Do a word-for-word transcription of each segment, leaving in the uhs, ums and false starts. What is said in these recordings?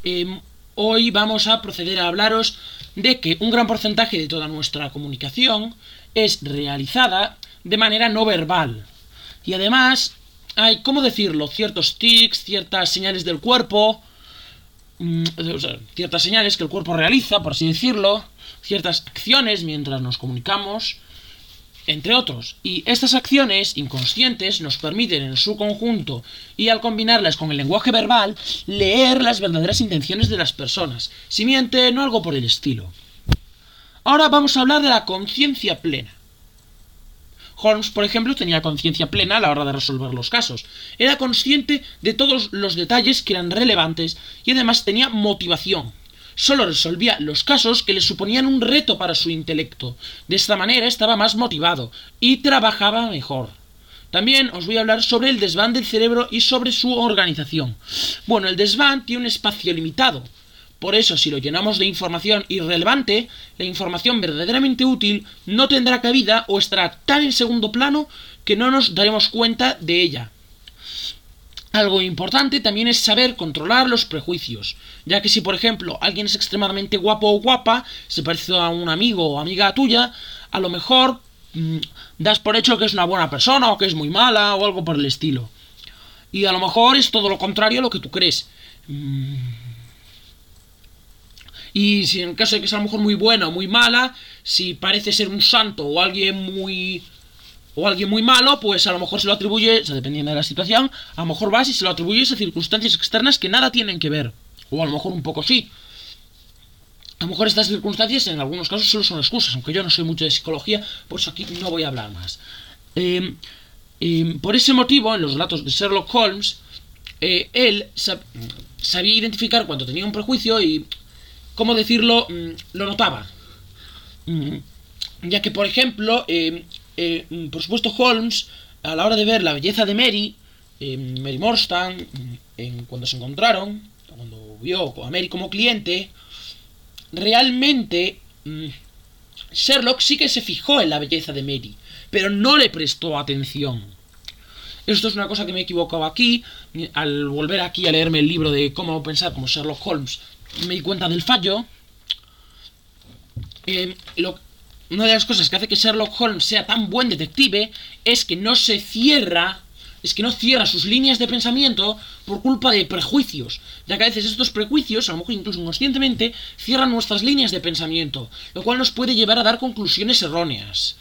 Eh, hoy vamos a proceder a hablaros de que un gran porcentaje de toda nuestra comunicación es realizada de manera no verbal. Y además hay, ¿cómo decirlo?, ciertos tics, ciertas señales del cuerpo, mmm, o sea, ciertas señales que el cuerpo realiza, por así decirlo, ciertas acciones mientras nos comunicamos, entre otros. Y estas acciones inconscientes nos permiten en su conjunto y al combinarlas con el lenguaje verbal leer las verdaderas intenciones de las personas, si mienten o algo por el estilo. Ahora vamos a hablar de la conciencia plena. Holmes, por ejemplo, tenía conciencia plena a la hora de resolver los casos. Era consciente de todos los detalles que eran relevantes y además tenía motivación. Solo resolvía los casos que le suponían un reto para su intelecto. De esta manera estaba más motivado y trabajaba mejor. También os voy a hablar sobre el desván del cerebro y sobre su organización. Bueno, el desván tiene un espacio limitado. Por eso, si lo llenamos de información irrelevante, la información verdaderamente útil no tendrá cabida o estará tan en segundo plano que no nos daremos cuenta de ella. Algo importante también es saber controlar los prejuicios, ya que si, por ejemplo, alguien es extremadamente guapo o guapa, se parece a un amigo o amiga tuya, a lo mejor mmm, das por hecho que es una buena persona o que es muy mala o algo por el estilo. Y a lo mejor es todo lo contrario a lo que tú crees. Mm. Y si en el caso de que sea a lo mejor muy buena o muy mala, si parece ser un santo o alguien muy... o alguien muy malo, pues a lo mejor se lo atribuye, o sea, dependiendo de la situación, a lo mejor vas y se lo atribuyes a circunstancias externas que nada tienen que ver. O a lo mejor un poco sí. A lo mejor estas circunstancias en algunos casos solo son excusas, aunque yo no soy mucho de psicología, por eso aquí no voy a hablar más. Eh, eh, por ese motivo, en los relatos de Sherlock Holmes, eh, él sab sabía identificar cuando tenía un prejuicio y, ¿cómo decirlo?, lo notaba. Ya que, por ejemplo... Eh, Eh, por supuesto, Holmes, a la hora de ver la belleza de Mary, eh, Mary Morstan, en cuando se encontraron, cuando vio a Mary como cliente, realmente mmm, Sherlock sí que se fijó en la belleza de Mary, pero no le prestó atención. Esto es una cosa que me he equivocado aquí. Al volver aquí a leerme el libro de Cómo pensar como Sherlock Holmes, me di cuenta del fallo. Eh, lo Una de las cosas que hace que Sherlock Holmes sea tan buen detective es que no se cierra, es que no cierra sus líneas de pensamiento por culpa de prejuicios, ya que a veces estos prejuicios, a lo mejor incluso inconscientemente, cierran nuestras líneas de pensamiento, lo cual nos puede llevar a dar conclusiones erróneas.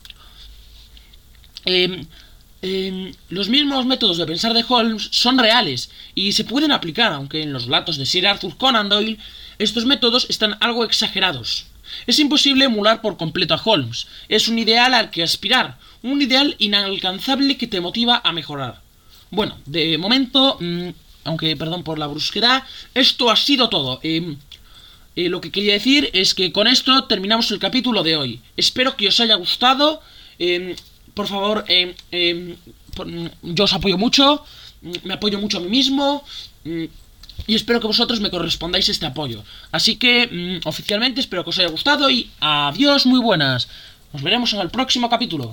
Eh, eh, los mismos métodos de pensar de Holmes son reales y se pueden aplicar, aunque en los relatos de Sir Arthur Conan Doyle estos métodos están algo exagerados. Es imposible emular por completo a Holmes. Es un ideal al que aspirar, un ideal inalcanzable que te motiva a mejorar. Bueno, de momento, mmm, aunque perdón por la brusquedad, esto ha sido todo. Eh, eh, lo que quería decir es que con esto terminamos el capítulo de hoy. Espero que os haya gustado. Eh, por favor, eh, eh, por, yo os apoyo mucho, me apoyo mucho a mí mismo. Eh, Y espero que vosotros me correspondáis este apoyo. Así que, mmm, oficialmente, espero que os haya gustado y adiós, muy buenas. Nos veremos en el próximo capítulo.